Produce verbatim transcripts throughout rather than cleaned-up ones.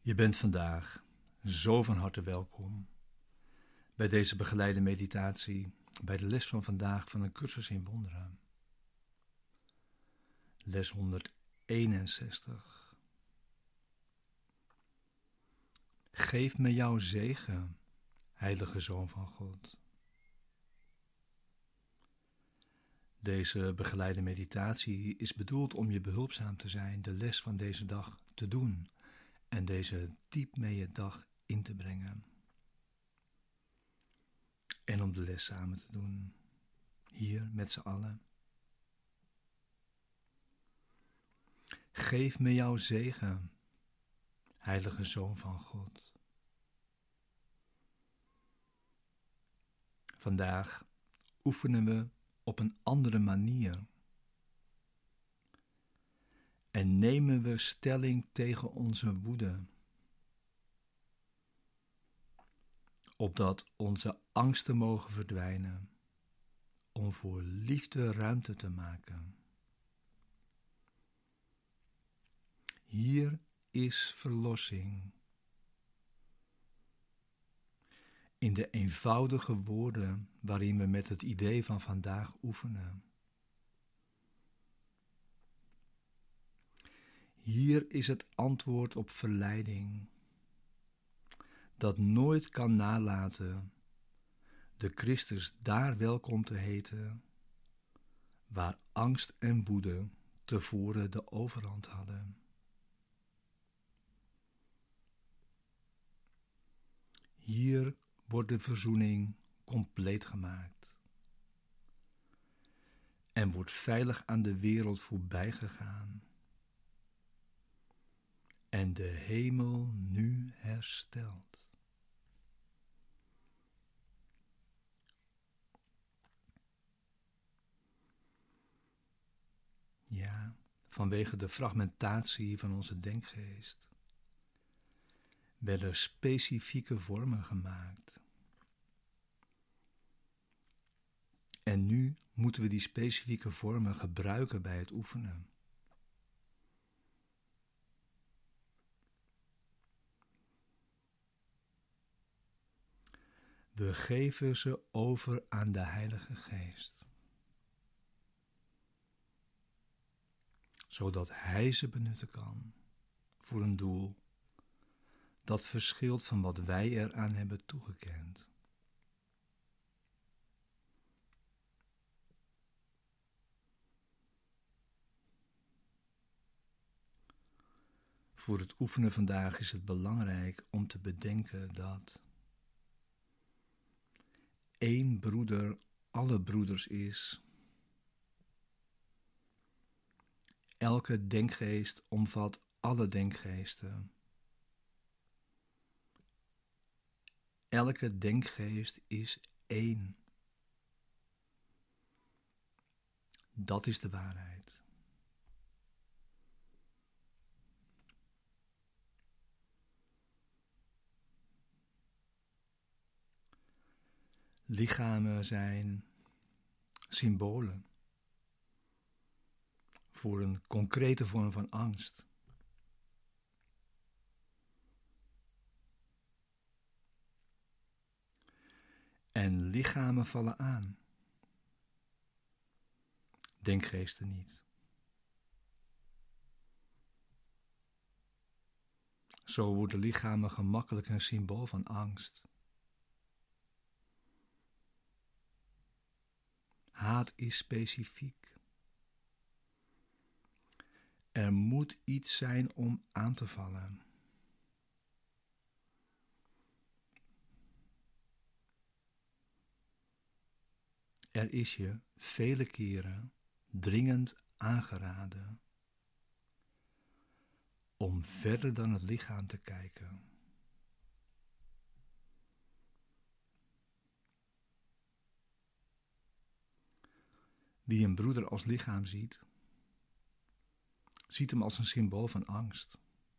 Je bent vandaag zo van harte welkom bij deze begeleide meditatie, bij de les van vandaag van een cursus in wonderen. Les honderdeenenzestig. Geef me jouw zegen, heilige Zoon van God. Deze begeleide meditatie is bedoeld om je behulpzaam te zijn de les van deze dag te doen en deze diep mee je dag in te brengen. En om de les samen te doen, hier met z'n allen. Geef me jouw zegen, heilige Zoon van God. Vandaag oefenen we op een andere manier. En nemen we stelling tegen onze woede. Opdat onze angsten mogen verdwijnen, om voor liefde ruimte te maken. Hier is verlossing. In de eenvoudige woorden waarin we met het idee van vandaag oefenen. Hier is het antwoord op verleiding, dat nooit kan nalaten de Christus daar welkom te heten, waar angst en woede tevoren de overhand hadden. Hier wordt de verzoening compleet gemaakt en wordt veilig aan de wereld voorbij gegaan en de hemel nu hersteld. Ja, vanwege de fragmentatie van onze denkgeest werden specifieke vormen gemaakt. En nu moeten we die specifieke vormen gebruiken bij het oefenen. We geven ze over aan de Heilige Geest, zodat Hij ze benutten kan voor een doel dat verschilt van wat wij eraan hebben toegekend. Voor het oefenen vandaag is het belangrijk om te bedenken dat één broeder alle broeders is. Elke denkgeest omvat alle denkgeesten. Elke denkgeest is één. Dat is de waarheid. Lichamen zijn symbolen voor een concrete vorm van angst. En lichamen vallen aan. Denkgeesten niet. Zo worden lichamen gemakkelijk een symbool van angst. Haat is specifiek. Er moet iets zijn om aan te vallen. Er is je vele keren dringend aangeraden om verder dan het lichaam te kijken. Wie een broeder als lichaam ziet, ziet hem als een symbool van angst.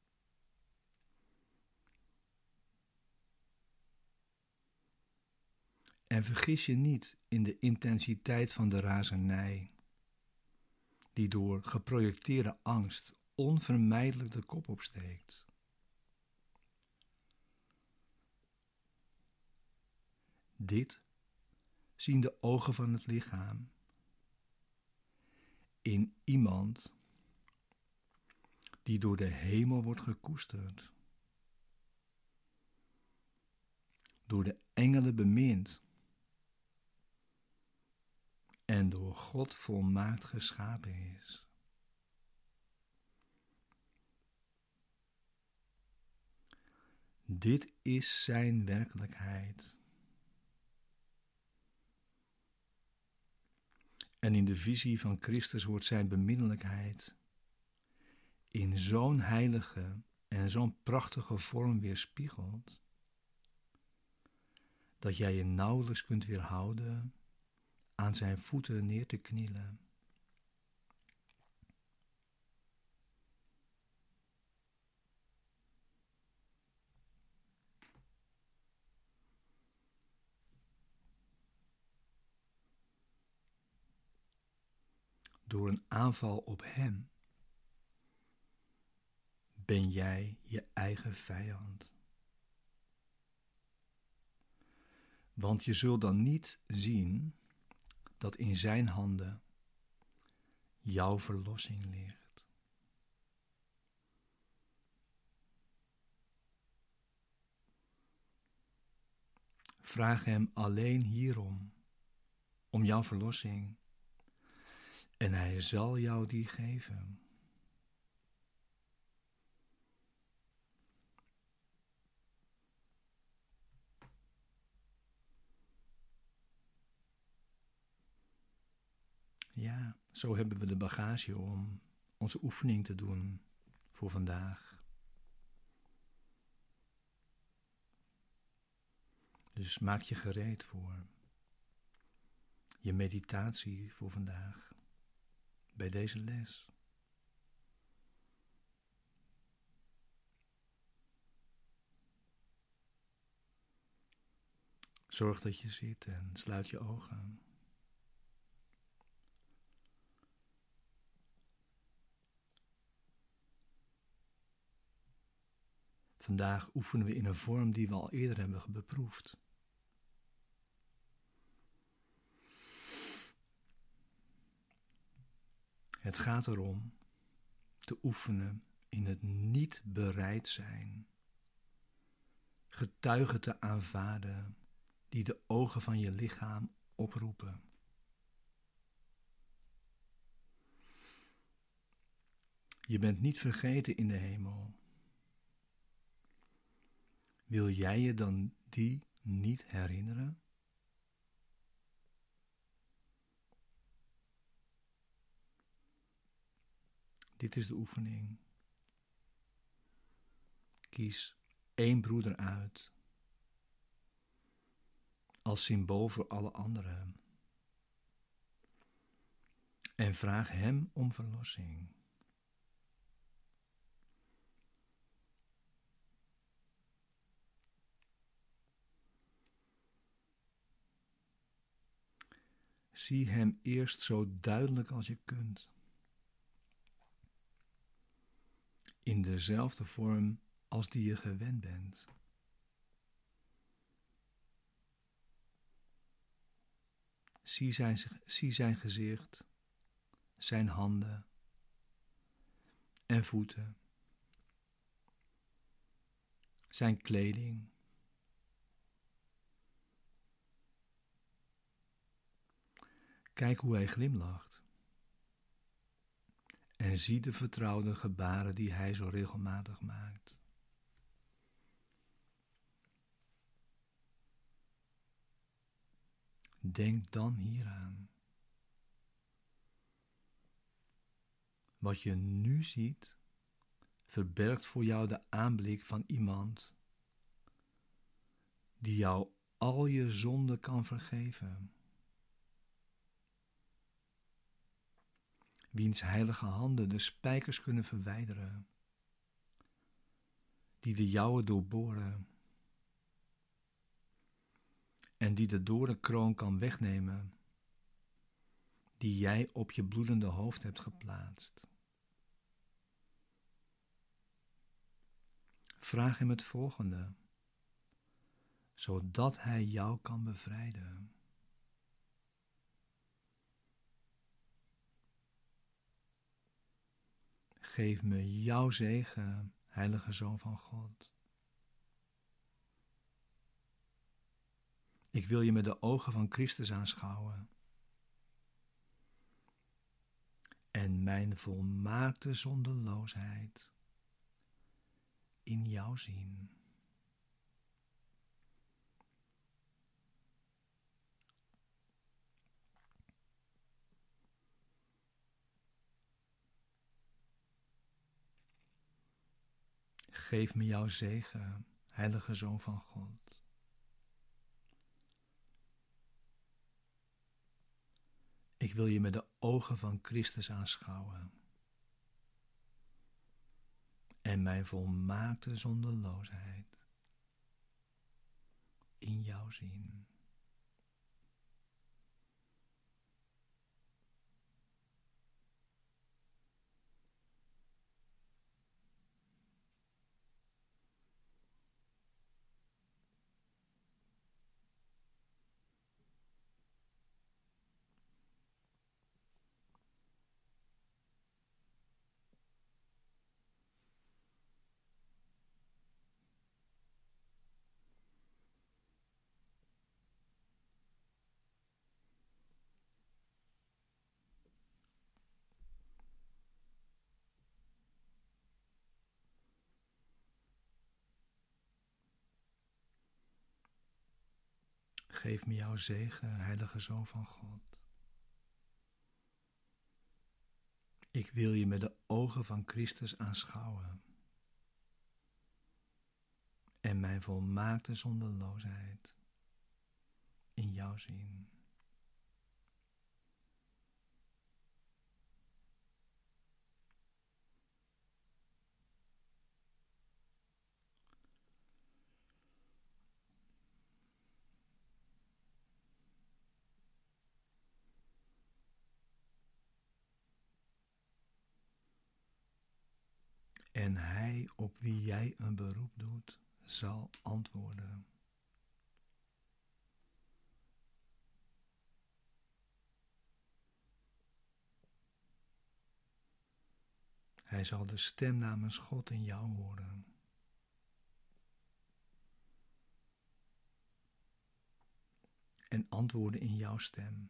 En vergis je niet in de intensiteit van de razernij, die door geprojecteerde angst onvermijdelijk de kop opsteekt. Dit zien de ogen van het lichaam in iemand die door de hemel wordt gekoesterd, door de engelen bemind en door God volmaakt geschapen is. Dit is zijn werkelijkheid. En in de visie van Christus wordt zijn beminnelijkheid in zo'n heilige en zo'n prachtige vorm weerspiegeld, dat jij je nauwelijks kunt weerhouden aan zijn voeten neer te knielen. Door een aanval op hem ben jij je eigen vijand. Want je zult dan niet zien dat in zijn handen jouw verlossing ligt. Vraag hem alleen hierom, om jouw verlossing, en hij zal jou die geven. Ja, zo hebben we de bagage om onze oefening te doen voor vandaag. Dus maak je gereed voor je meditatie voor vandaag, bij deze les. Zorg dat je zit en sluit je ogen. Vandaag oefenen we in een vorm die we al eerder hebben beproefd. Het gaat erom te oefenen in het niet bereid zijn, getuigen te aanvaarden die de ogen van je lichaam oproepen. Je bent niet vergeten in de hemel. Wil jij je dan die niet herinneren? Dit is de oefening. Kies één broeder uit als symbool voor alle anderen en vraag hem om verlossing. Zie hem eerst zo duidelijk als je kunt, in dezelfde vorm als die je gewend bent. Zie zijn, zie zijn gezicht, zijn handen en voeten, zijn kleding. Kijk hoe hij glimlacht en zie de vertrouwde gebaren die hij zo regelmatig maakt. Denk dan hieraan. Wat je nu ziet, verbergt voor jou de aanblik van iemand die jou al je zonden kan vergeven. Wiens heilige handen de spijkers kunnen verwijderen, die de jouwe doorboren en die de doornkroon kan wegnemen, die jij op je bloedende hoofd hebt geplaatst. Vraag hem het volgende, zodat Hij jou kan bevrijden. Geef me jouw zegen, Heilige Zoon van God. Ik wil je met de ogen van Christus aanschouwen en mijn volmaakte zondeloosheid in jou zien. Geef me jouw zegen, Heilige Zoon van God. Ik wil je met de ogen van Christus aanschouwen en mijn volmaakte zondeloosheid in jou zien. Geef me jouw zegen, Heilige Zoon van God. Ik wil je met de ogen van Christus aanschouwen en mijn volmaakte zondeloosheid in jou zien. En hij op wie jij een beroep doet, zal antwoorden. Hij zal de stem namens God in jou horen. En antwoorden in jouw stem.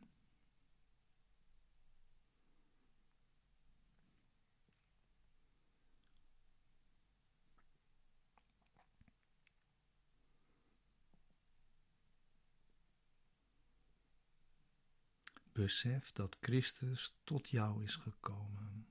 Besef dat Christus tot jou is gekomen.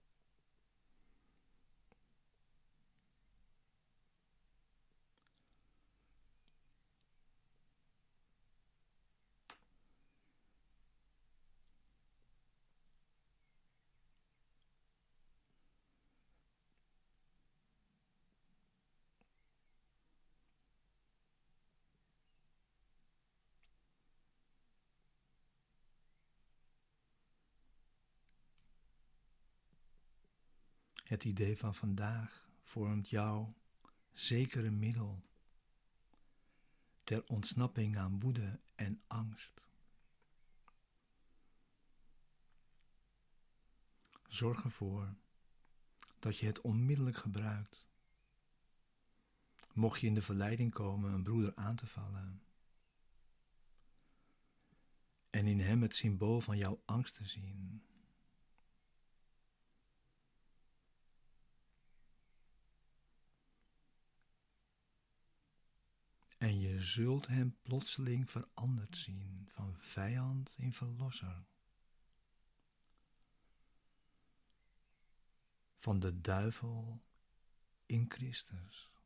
Het idee van vandaag vormt jouw zekere middel ter ontsnapping aan woede en angst. Zorg ervoor dat je het onmiddellijk gebruikt. Mocht je in de verleiding komen een broeder aan te vallen en in hem het symbool van jouw angst te zien. En je zult hem plotseling veranderd zien, van vijand in verlosser. Van de duivel in Christus.